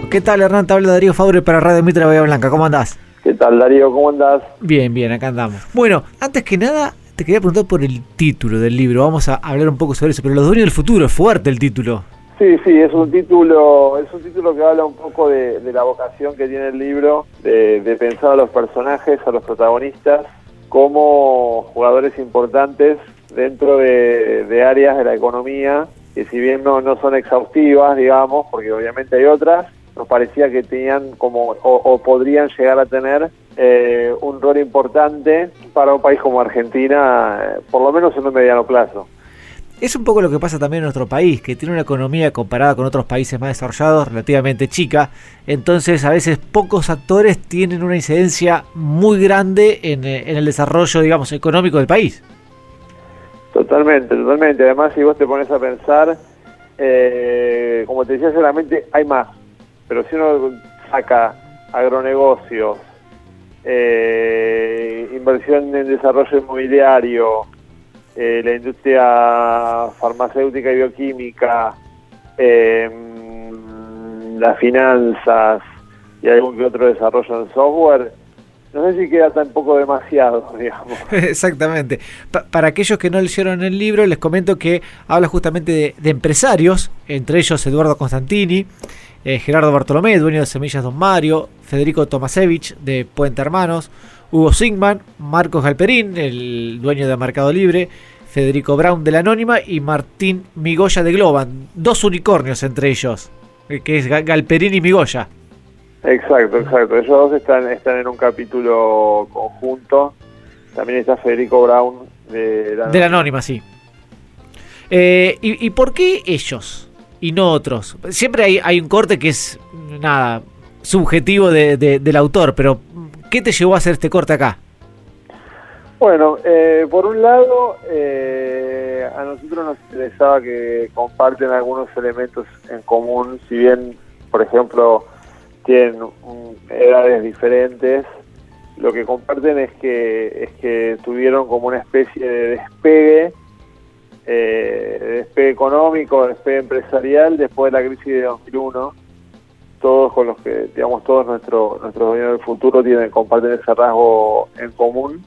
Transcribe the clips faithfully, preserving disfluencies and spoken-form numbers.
¿Qué tal, Hernán? Te habla Darío Faure para Radio Mitre Bahía Blanca. ¿Cómo andás? ¿Qué tal, Darío? ¿Cómo andás? Bien, bien, acá andamos. Bueno, antes que nada, te quería preguntar por el título del libro. Vamos a hablar un poco sobre eso, pero Los Dueños del Futuro, es fuerte el título. Sí, sí, es un título es un título que habla un poco de, de la vocación que tiene el libro, de, de pensar a los personajes, a los protagonistas, como jugadores importantes dentro de, de áreas de la economía, que si bien no, no son exhaustivas, digamos, porque obviamente hay otras, nos parecía que tenían como, o, o podrían llegar a tener eh, un rol importante para un país como Argentina, eh, por lo menos en un mediano plazo. Es un poco lo que pasa también en nuestro país, que tiene una economía comparada con otros países más desarrollados relativamente chica, entonces a veces pocos actores tienen una incidencia muy grande en, en el desarrollo, digamos, económico del país. Totalmente, totalmente. Además, si vos te pones a pensar, eh, como te decía, seguramente hay más, pero si uno saca agronegocios, eh, inversión en desarrollo inmobiliario, eh, la industria farmacéutica y bioquímica, eh, las finanzas y algún que otro desarrollo en software, no sé si queda tampoco demasiado, digamos. Exactamente. Pa- para aquellos que no leyeron el libro, les comento que habla justamente de, de empresarios, entre ellos Eduardo Constantini, eh, Gerardo Bartolomé, dueño de Semillas Don Mario, Federico Tomasevich, de Puente Hermanos, Hugo Sigman, Marcos Galperín, el dueño de Mercado Libre, Federico Braun de La Anónima y Martín Migoya de Globan. Dos unicornios entre ellos, eh, que es Ga- Galperín y Migoya. Exacto, exacto. Ellos dos están, están en un capítulo conjunto. También está Federico Braun de La, de la Anónima, sí. Eh, y, ¿Y por qué ellos y no otros? Siempre hay, hay un corte que es, nada, subjetivo de, de, del autor, pero ¿qué te llevó a hacer este corte acá? Bueno, eh, por un lado, eh, a nosotros nos interesaba que comparten algunos elementos en común, si bien, por ejemplo, tienen um, edades diferentes, lo que comparten es que es que tuvieron como una especie de despegue, eh, de despegue económico, despegue empresarial después de la crisis de dos mil uno. Todos con los que, digamos, todos nuestro, nuestros dueños del futuro tienen, comparten ese rasgo en común.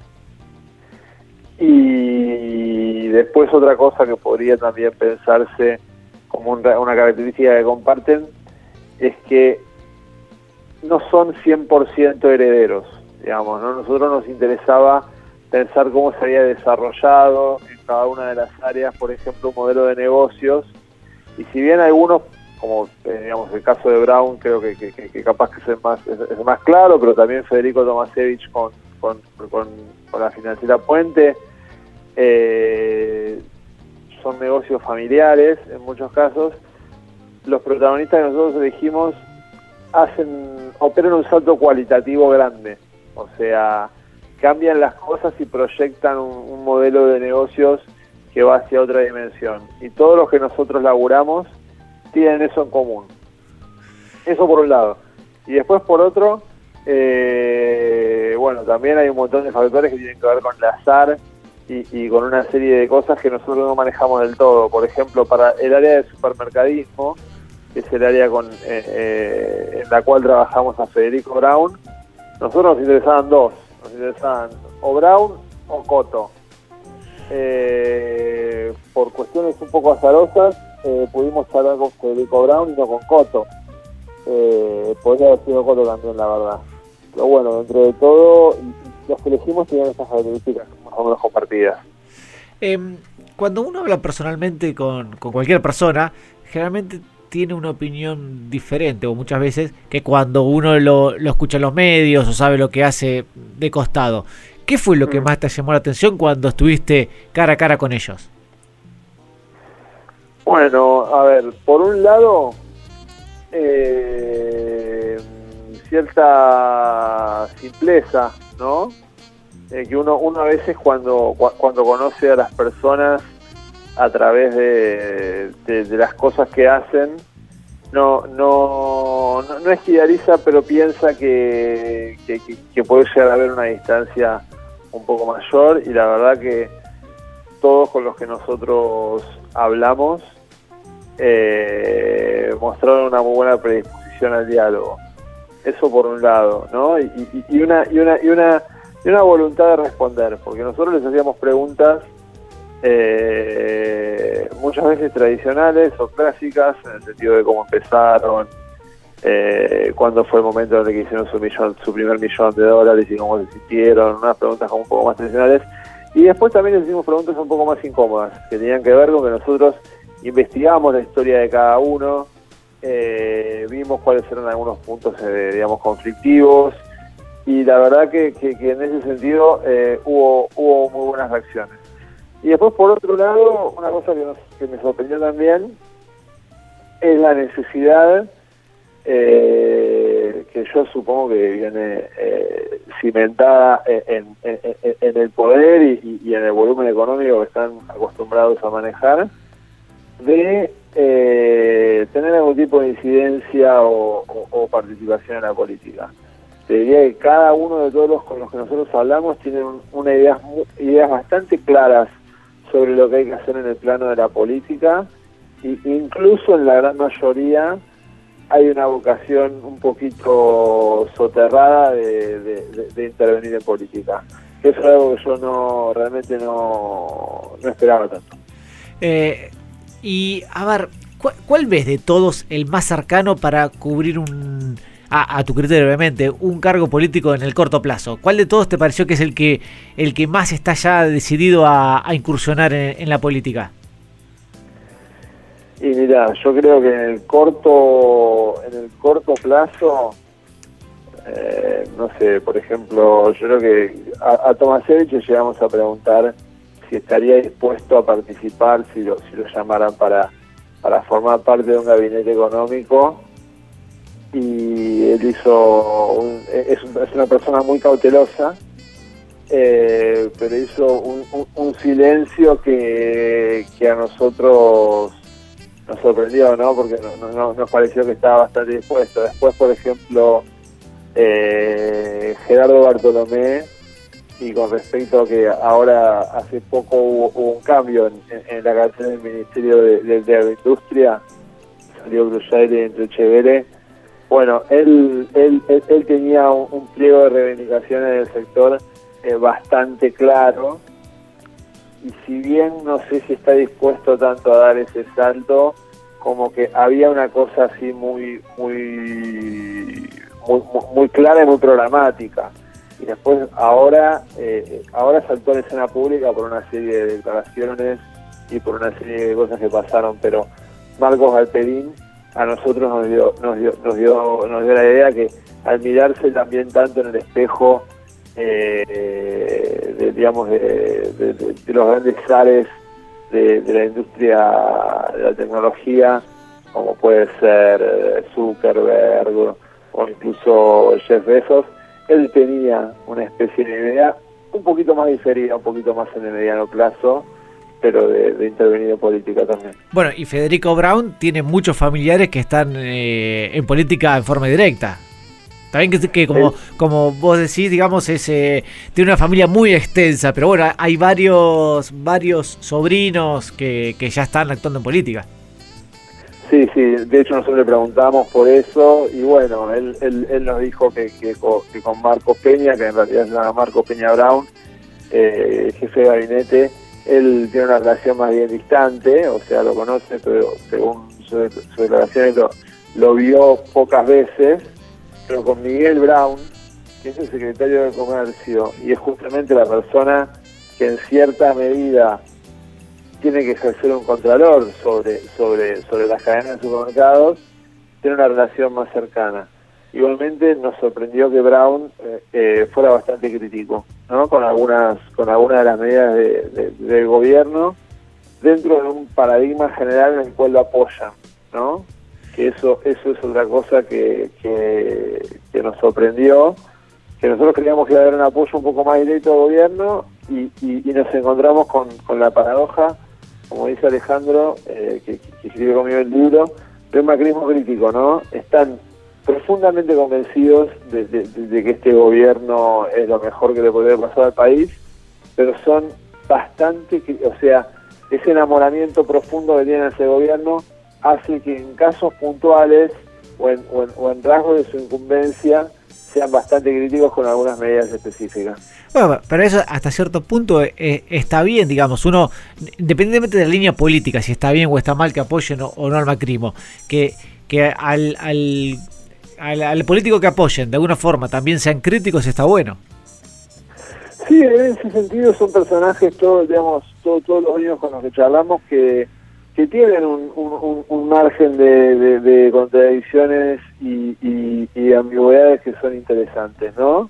Y después otra cosa que podría también pensarse como un, una característica que comparten es que no son cien por ciento herederos, digamos, ¿no? Nosotros nos interesaba pensar cómo se había desarrollado en cada una de las áreas, por ejemplo, un modelo de negocios, y si bien algunos, como eh, digamos el caso de Braun, creo que, que, que capaz que es el más, es, es más claro, pero también Federico Tomasevich con, con, con, con la financiera Puente, eh, son negocios familiares en muchos casos. Los protagonistas que nosotros elegimos hacen, operan un salto cualitativo grande, o sea, cambian las cosas y proyectan un, un modelo de negocios que va hacia otra dimensión, y todos los que nosotros laburamos tienen eso en común. Eso por un lado, y después por otro, eh, bueno, también hay un montón de factores que tienen que ver con el azar y, y con una serie de cosas que nosotros no manejamos del todo. Por ejemplo, para el área de supermercadismo, que es el área con, eh, eh, en la cual trabajamos a Federico Braun, nosotros nos interesaban dos, nos interesaban o Braun o Coto. Eh, por cuestiones un poco azarosas, eh, pudimos hablar con Federico Braun y no con Coto. Eh, podría haber sido Coto también, la verdad. Pero bueno, dentro de todo, los que elegimos tenían esas características más o menos compartidas. Eh, cuando uno habla personalmente con, con cualquier persona, generalmente tiene una opinión diferente, o muchas veces, que cuando uno lo, lo escucha en los medios o sabe lo que hace de costado. ¿Qué fue lo que más te llamó la atención cuando estuviste cara a cara con ellos? Bueno, a ver, por un lado, eh, cierta simpleza, ¿no? Eh, que uno, uno a veces cuando, cuando conoce a las personas a través de, de, de las cosas que hacen, no no no, no es idealiza, pero piensa que, que, que puede llegar a haber una distancia un poco mayor, y la verdad que todos con los que nosotros hablamos eh, mostraron una muy buena predisposición disposición al diálogo. Eso por un lado, ¿no? Y, y, y, una, y, una, y, una, y una voluntad de responder, porque nosotros les hacíamos preguntas eh, muchas veces tradicionales o clásicas, en el sentido de cómo empezaron, eh, cuándo fue el momento en el que hicieron su, millón, su primer millón de dólares y cómo se hicieron, unas preguntas como un poco más tradicionales. Y después también les hicimos preguntas un poco más incómodas, que tenían que ver con que nosotros investigamos la historia de cada uno, eh, vimos cuáles eran algunos puntos, eh, digamos, conflictivos, y la verdad que, que, que en ese sentido eh, hubo, hubo muy buenas reacciones. Y después, por otro lado, una cosa que, nos, que me sorprendió también es la necesidad, eh, que yo supongo que viene eh, cimentada en, en, en, en el poder y, y en el volumen económico que están acostumbrados a manejar, de eh, tener algún tipo de incidencia o, o, o participación en la política. Te diría que cada uno de todos los con los que nosotros hablamos tiene un, una idea, ideas bastante claras sobre lo que hay que hacer en el plano de la política, e incluso en la gran mayoría hay una vocación un poquito soterrada de, de, de, de intervenir en política. Eso es algo que yo no realmente no, no esperaba tanto. Eh, y a ver, ¿cuál, ¿cuál ves de todos el más cercano para cubrir un... A, a tu criterio, obviamente, un cargo político en el corto plazo? ¿Cuál de todos te pareció que es el que el que más está ya decidido a, a incursionar en, en la política? Y mira, yo creo que en el corto en el corto plazo, eh, no sé, por ejemplo, yo creo que a, a Tomasevich le llegamos a preguntar si estaría dispuesto a participar, si lo, si lo llamaran para, para formar parte de un gabinete económico. Y él hizo un, es, es una persona muy cautelosa, eh, pero hizo un, un, un silencio que, que a nosotros nos sorprendió, ¿no? Porque no, no, nos pareció que estaba bastante dispuesto. Después, por ejemplo, eh, Gerardo Bartolomé, y con respecto a que ahora hace poco hubo, hubo un cambio en, en, en la cartera del Ministerio de, de, de Agroindustria, salió Brullaire y entró Echeverre. Bueno, él, él, él, él tenía un, un pliego de reivindicaciones del sector eh, bastante claro, y si bien no sé si está dispuesto tanto a dar ese salto, como que había una cosa así muy muy muy, muy clara y muy programática. Y después ahora eh, ahora saltó a la escena pública por una serie de declaraciones y por una serie de cosas que pasaron, pero Marcos Galperín a nosotros nos dio, nos dio, nos dio, nos dio la idea que al mirarse también tanto en el espejo, eh, de, digamos, de, de, de, de los grandes zares de, de la industria de la tecnología, como puede ser Zuckerberg o, o incluso Jeff Bezos, él tenía una especie de idea un poquito más diferida, un poquito más en el mediano plazo, pero de, de intervenir en política también. Bueno, y Federico Braun tiene muchos familiares que están eh, en política en forma directa. También que, que como, como vos decís, digamos, es, eh, tiene una familia muy extensa, pero bueno, hay varios varios sobrinos que, que ya están actuando en política. Sí, sí, de hecho nosotros le preguntamos por eso, y bueno, él, él, él nos dijo que, que, que con Marcos Peña, que en realidad se llama Marcos Peña Braun, eh, jefe de gabinete, él tiene una relación más bien distante, o sea, lo conoce, pero según su, su declaración lo, lo vio pocas veces, pero con Miguel Braun, que es el secretario de Comercio, y es justamente la persona que en cierta medida tiene que ejercer un contralor sobre, sobre, sobre las cadenas de supermercados, tiene una relación más cercana. Igualmente nos sorprendió que Braun eh, eh, fuera bastante crítico, ¿no? Con algunas con algunas de las medidas de, de, del gobierno dentro de un paradigma general en el cual lo apoyan, ¿no? Que eso eso es otra cosa que, que, que nos sorprendió, que nosotros creíamos que iba a haber un apoyo un poco más directo al gobierno y, y, y nos encontramos con, con la paradoja, como dice Alejandro, eh, que, que escribe conmigo el libro, de un macrismo crítico, ¿no? Están profundamente convencidos de, de, de, de que este gobierno es lo mejor que le podría pasar al país, pero son bastante, o sea, ese enamoramiento profundo que tienen hacia el gobierno hace que en casos puntuales o en, o en, o en rasgos de su incumbencia sean bastante críticos con algunas medidas específicas. Bueno, pero eso hasta cierto punto eh, está bien, digamos, uno, independientemente de la línea política, si está bien o está mal que apoyen o, o no al macrismo, que, que al, al, al, al político que apoyen de alguna forma también sean críticos, está bueno. Sí, en ese sentido son personajes, todos, digamos, todo, todos los años con los que charlamos, que, que tienen un, un, un margen de, de, de contradicciones y, y, y ambigüedades que son interesantes, ¿no?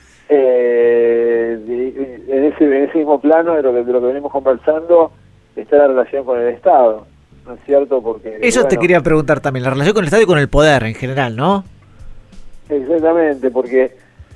Eh, en, ese, en ese mismo plano de lo, que, de lo que venimos conversando está la relación con el Estado, ¿no es cierto? Porque eso bueno, te quería preguntar también, la relación con el Estado y con el poder en general, ¿no? Exactamente, porque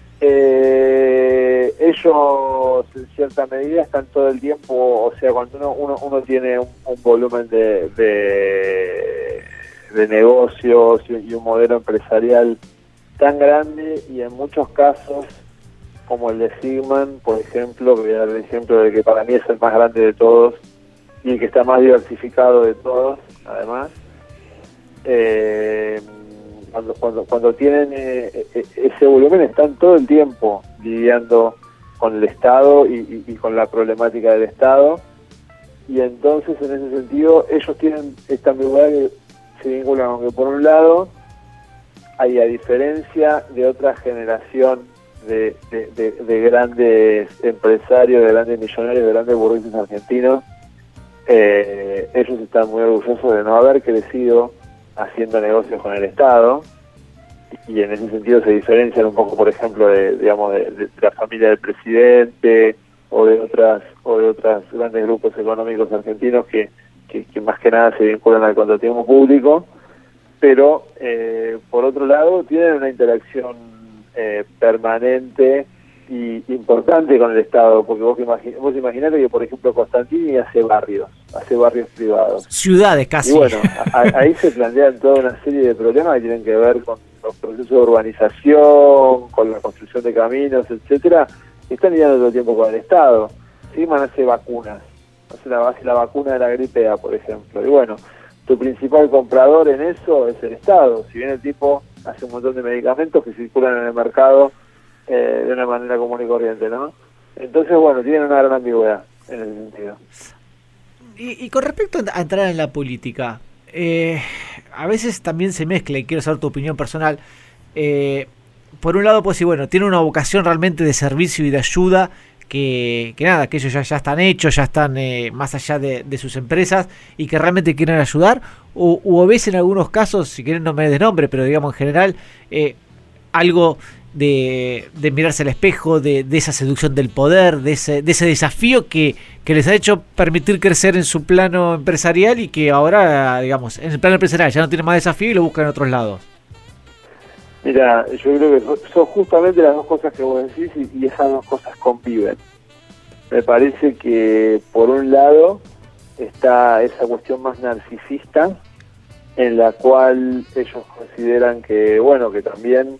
eh, ellos en cierta medida están todo el tiempo, o sea, cuando uno uno, uno tiene un, un volumen de, de, de negocios y, y un modelo empresarial tan grande, y en muchos casos como el de Sigman, por ejemplo, que voy a dar el ejemplo de que para mí es el más grande de todos y el que está más diversificado de todos, además, eh, cuando, cuando, cuando tienen eh, ese volumen están todo el tiempo lidiando con el Estado y, y, y con la problemática del Estado, y entonces en ese sentido ellos tienen esta ambigüedad que se vincula con que por un lado hay, a diferencia de otra generación De, de, de, de grandes empresarios, de grandes millonarios, de grandes burgueses argentinos, eh, ellos están muy orgullosos de no haber crecido haciendo negocios con el Estado, y en ese sentido se diferencian un poco, por ejemplo, de, digamos, de, de la familia del presidente o de otras o de otros grandes grupos económicos argentinos que, que, que más que nada se vinculan al contratismo público, pero eh, por otro lado tienen una interacción Eh, permanente y importante con el Estado, porque vos, imagi vos imaginate que, por ejemplo, Constantini hace barrios, hace barrios privados. Ciudades casi. Y bueno, a, ahí se plantean toda una serie de problemas que tienen que ver con los procesos de urbanización, con la construcción de caminos, etcétera, y están lidiando todo el tiempo con el Estado. Sigman hace vacunas, hace la, hace la vacuna de la gripe A, por ejemplo, y bueno, tu principal comprador en eso es el Estado. Si bien el tipo hace un montón de medicamentos que circulan en el mercado eh, de una manera común y corriente, ¿no? Entonces, bueno, tienen una gran ambigüedad en ese sentido. Y, y con respecto a entrar en la política, eh, a veces también se mezcla, y quiero saber tu opinión personal, eh, por un lado, pues sí, bueno, tiene una vocación realmente de servicio y de ayuda, que, que nada, que ellos ya, ya están hechos, ya están eh, más allá de, de sus empresas y que realmente quieren ayudar, o, o ves en algunos casos, si quieren no me des nombre, pero digamos en general, eh, algo de, de mirarse al espejo, de, de esa seducción del poder, de ese, de ese desafío que, que les ha hecho permitir crecer en su plano empresarial y que ahora, digamos, en el plano empresarial ya no tienen más desafío y lo buscan en otros lados. Mira, yo creo que son justamente las dos cosas que vos decís, y, y esas dos cosas conviven. Me parece que por un lado está esa cuestión más narcisista, en la cual ellos consideran que, bueno, que también,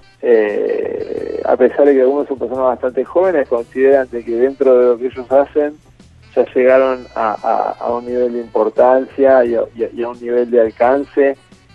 eh, a pesar de que algunos son personas bastante jóvenes, consideran de que dentro de lo que ellos hacen ya llegaron a, a, a un nivel de importancia y a, y a un nivel de alcance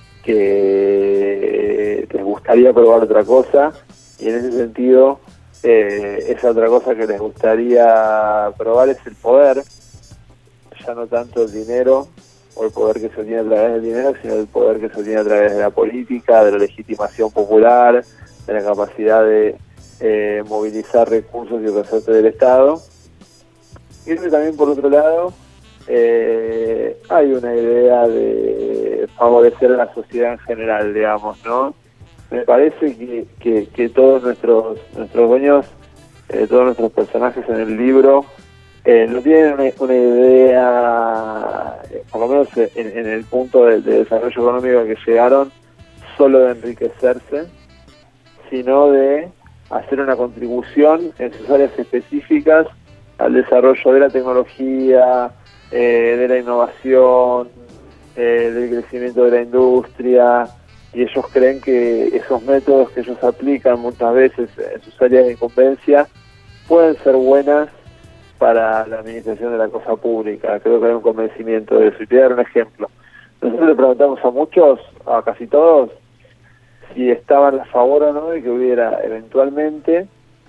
que les gustaría probar otra cosa, y en ese sentido eh, esa otra cosa que les gustaría probar es el poder, ya no tanto el dinero o el poder que se obtiene a través del dinero, sino el poder que se obtiene a través de la política, de la legitimación popular, de la capacidad de eh, movilizar recursos y resortes del Estado. Y creo que también, por otro lado, eh, hay una idea de favorecer a la sociedad en general, digamos, ¿no? Me parece que, que, que todos nuestros nuestros dueños, eh, todos nuestros personajes en el libro, eh, no tienen una, una idea, eh, por lo menos en, en el punto de, de desarrollo económico al que llegaron, solo de enriquecerse, sino de hacer una contribución en sus áreas específicas al desarrollo de la tecnología, eh, de la innovación, eh, del crecimiento de la industria, y ellos creen que esos métodos que ellos aplican muchas veces en sus áreas de incumbencia pueden ser buenas para la administración de la cosa pública. Creo que hay un convencimiento de eso. Y te voy a dar un ejemplo. Nosotros le preguntamos a muchos, a casi todos, si estaban a favor o no de que hubiera eventualmente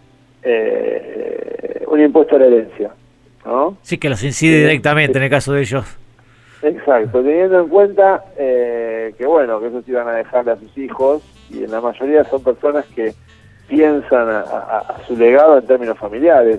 eh, un impuesto a la herencia, ¿no? Sí, que los incide Sí, directamente sí. en el caso de ellos. Exacto, teniendo en cuenta eh, que bueno, que ellos iban a dejarle a sus hijos, y en la mayoría son personas que piensan a, a, a su legado en términos familiares.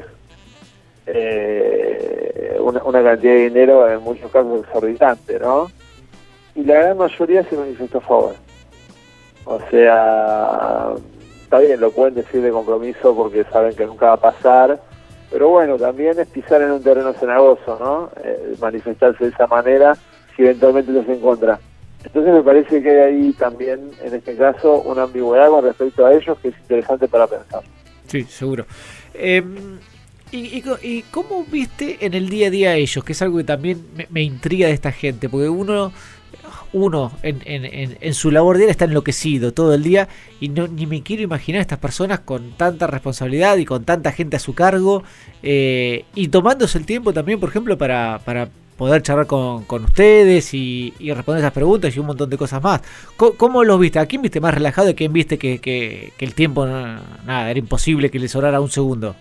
Eh, una, una cantidad de dinero en muchos casos exorbitante, ¿no? Y la gran mayoría se manifestó a favor. O sea, está bien, lo pueden decir de compromiso porque saben que nunca va a pasar, pero bueno, también es pisar en un terreno cenagoso, ¿no? Eh, manifestarse de esa manera si eventualmente los encuentra. Entonces me parece que hay ahí también, en este caso, una ambigüedad con respecto a ellos que es interesante para pensar. Sí, seguro. Eh, y, y, ¿Y cómo viste en el día a día a ellos? Que es algo que también me, me intriga de esta gente, porque uno... Uno en, en, en, en su labor diaria está enloquecido todo el día y no, ni me quiero imaginar a estas personas con tanta responsabilidad y con tanta gente a su cargo eh, y tomándose el tiempo también, por ejemplo, para, para poder charlar con, con ustedes y, y responder esas preguntas y un montón de cosas más. ¿Cómo, cómo los viste? ¿A quién viste más relajado y a quién viste que, que, que el tiempo, nada, era imposible que les sobrara un segundo?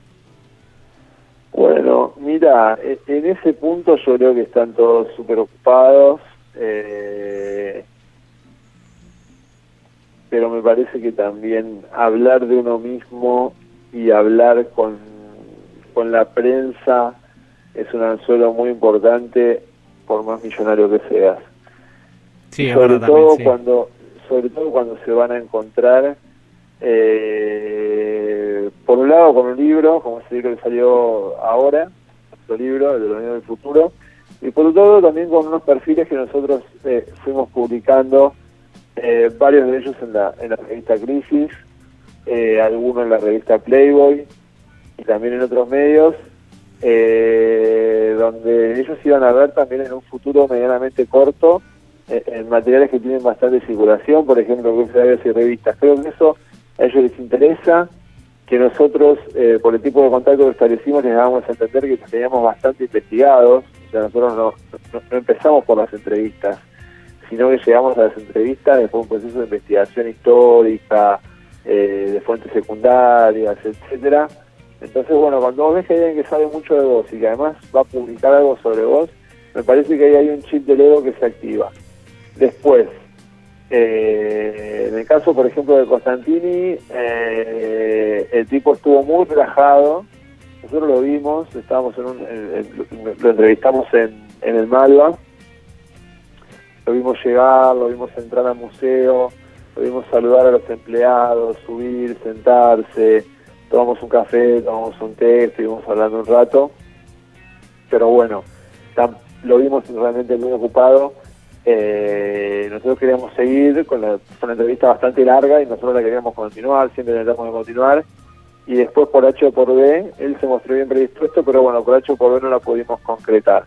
Bueno, mira, en ese punto yo creo que están todos súper ocupados. Eh, pero me parece que también hablar de uno mismo y hablar con, con la prensa es un anzuelo muy importante, por más millonario que seas. Sí, y sobre verdad, todo también, sí. cuando sobre todo cuando se van a encontrar eh, por un lado con un libro como ese libro que salió ahora, nuestro libro, el de los niños del futuro, y por otro lado también con unos perfiles que nosotros eh, fuimos publicando, eh, varios de ellos en la, en la revista Crisis, eh, algunos en la revista Playboy y también en otros medios, eh, donde ellos iban a ver también en un futuro medianamente corto, eh, en materiales que tienen bastante circulación, por ejemplo, webs y revistas. Creo que eso a ellos les interesa, que nosotros, eh, por el tipo de contacto que establecimos, les dábamos a entender que los teníamos bastante investigados. O sea, nosotros no, no, no empezamos por las entrevistas, sino que llegamos a las entrevistas después de un proceso de investigación histórica, eh, de fuentes secundarias, etcétera. Entonces, bueno, cuando vos ves que hay alguien que sabe mucho de vos y que además va a publicar algo sobre vos, me parece que ahí hay un chip del ego que se activa. Después, eh, en el caso, por ejemplo, de Costantini, eh, el tipo estuvo muy relajado. Nosotros lo vimos, estábamos en un, en, en, lo entrevistamos en, en el Malva, lo vimos llegar, lo vimos entrar al museo, lo vimos saludar a los empleados, subir, sentarse, tomamos un café, tomamos un té, estuvimos hablando un rato, pero bueno, tam, lo vimos realmente muy ocupado. Eh, nosotros queríamos seguir con la, fue una entrevista bastante larga y nosotros la queríamos continuar, siempre tratamos de continuar. Y después por H o por B, él se mostró bien predispuesto, pero bueno, por H o por B no la pudimos concretar.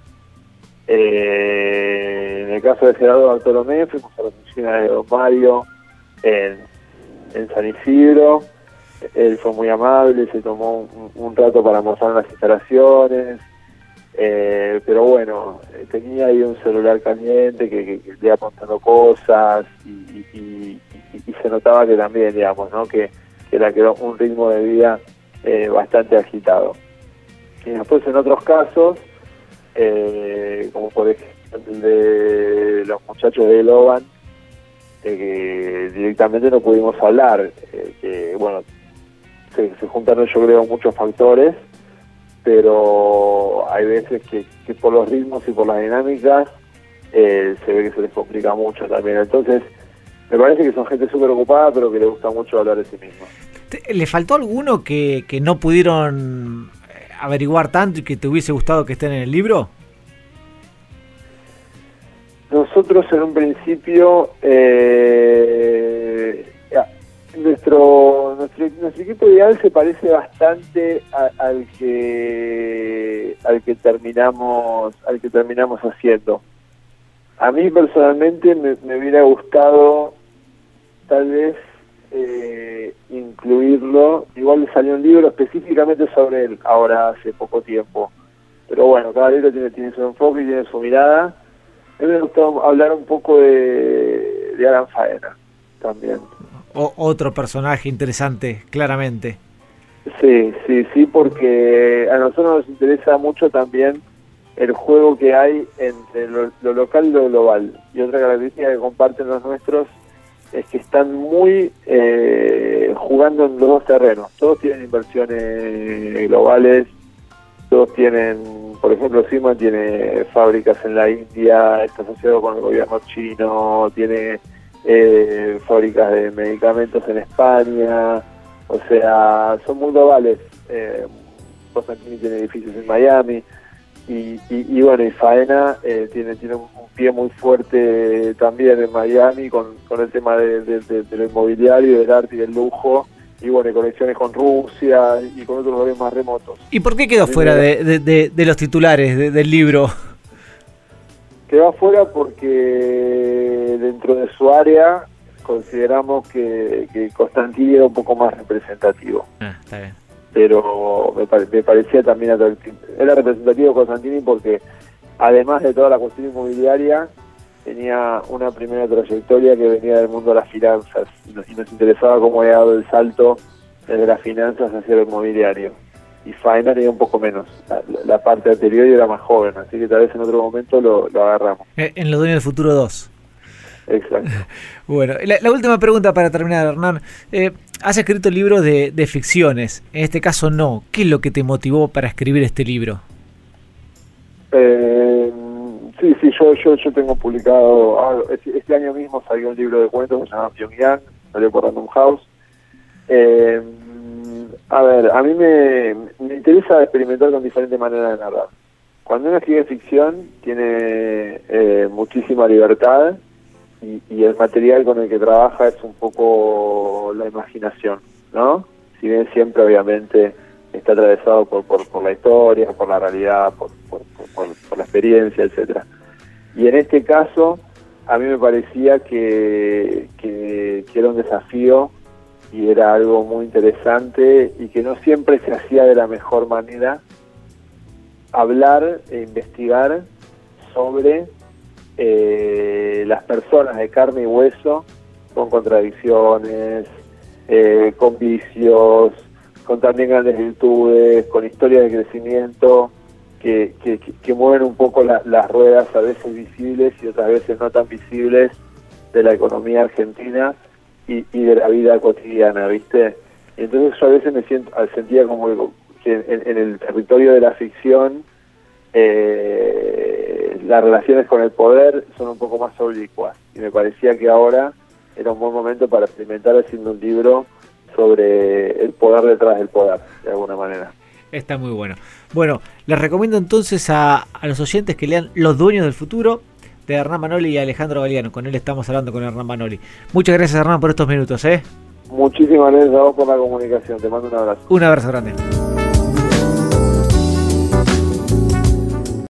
Eh, en el caso de Gerardo Bartolomé, fuimos a la oficina de Don Mario en, en San Isidro. Él fue muy amable, se tomó un, un rato para mostrar las instalaciones, eh, pero bueno, tenía ahí un celular caliente que, que, que le iba contando cosas y, y, y, y, y se notaba que también, digamos, ¿no? que que era que un ritmo de vida eh, bastante agitado. Y después en otros casos, eh, como por ejemplo el de los muchachos de Logan, eh, que directamente no pudimos hablar, eh, que bueno, se, se juntaron yo creo muchos factores, pero hay veces que, que por los ritmos y por las dinámicas eh, se ve que se les complica mucho también. Entonces, me parece que son gente súper ocupada, pero que le gusta mucho hablar de sí misma. ¿Le faltó alguno que, que no pudieron averiguar tanto y que te hubiese gustado que estén en el libro? Nosotros en un principio, eh, nuestro, nuestro nuestro equipo ideal se parece bastante a, al que al que terminamos al que terminamos haciendo. A mí personalmente me, me hubiera gustado tal vez eh, incluirlo. Igual le salió un libro específicamente sobre él ahora hace poco tiempo, pero bueno, cada libro tiene, tiene su enfoque y tiene su mirada. A mí me gustó hablar un poco de, de Alan Faena, también. O, otro personaje interesante, claramente. Sí, sí, sí, porque a nosotros nos interesa mucho también el juego que hay entre lo, lo local y lo global. Y otra característica que comparten los nuestros es que están muy eh, jugando en los dos terrenos. Todos tienen inversiones globales, todos tienen, por ejemplo, Sigma tiene fábricas en la India, está asociado con el gobierno chino, tiene eh, fábricas de medicamentos en España, o sea, son muy globales. Eh, Constantini tiene edificios en Miami. Y, y, y bueno, y Faena eh, tiene tiene un, un pie muy fuerte también en Miami con, con el tema de, de, de, de lo inmobiliario, del arte y del lujo, y bueno, y conexiones con Rusia y con otros lugares más remotos. ¿Y por qué quedó fuera de, de, de, de los titulares de, del libro? Quedó fuera porque dentro de su área consideramos que, que Constantini era un poco más representativo. Ah, está bien. Pero me, pare, me parecía también atractivo. Era representativo Constantini porque, además de toda la cuestión inmobiliaria, tenía una primera trayectoria que venía del mundo de las finanzas y nos, y nos interesaba cómo había dado el salto desde las finanzas hacia lo inmobiliario. Y Faena tenía un poco menos, la, la parte anterior y era más joven, así que tal vez en otro momento lo, lo agarramos. En Los Dueños del Futuro dos. Exacto. Bueno, la, la última pregunta para terminar, Hernán. Eh, has escrito libros de, de ficciones, en este caso no. ¿Qué es lo que te motivó para escribir este libro? Eh, sí, sí, yo, yo, yo tengo publicado, ah, este, este año mismo salió un libro de cuentos que se llama Pyongyang, salió por Random House. Eh, a ver, a mí me, me interesa experimentar con diferentes maneras de narrar. Cuando uno escribe ficción tiene eh, muchísima libertad. Y, y el material con el que trabaja es un poco la imaginación, ¿no? Si bien siempre obviamente está atravesado por, por, por la historia, por la realidad, por, por, por, por la experiencia, etcétera. Y en este caso, a mí me parecía que, que, que era un desafío y era algo muy interesante y que no siempre se hacía de la mejor manera hablar e investigar sobre Eh, las personas de carne y hueso con contradicciones, eh, con vicios, con también grandes virtudes, con historias de crecimiento que, que, que mueven un poco la, las ruedas, a veces visibles y otras veces no tan visibles, de la economía argentina y, y de la vida cotidiana, ¿viste? Y entonces yo a veces me siento, sentía como que en, en el territorio de la ficción eh, las relaciones con el poder son un poco más oblicuas y me parecía que ahora era un buen momento para experimentar haciendo un libro sobre el poder detrás del poder, de alguna manera. Está muy bueno. Bueno, les recomiendo entonces a, a los oyentes que lean Los Dueños del Futuro, de Hernán Manoli y Alejandro Galiano. Con él estamos hablando, con Hernán Manoli. Muchas gracias, Hernán, por estos minutos, ¿eh? Muchísimas gracias a vos por la comunicación. Te mando un abrazo. Un abrazo grande.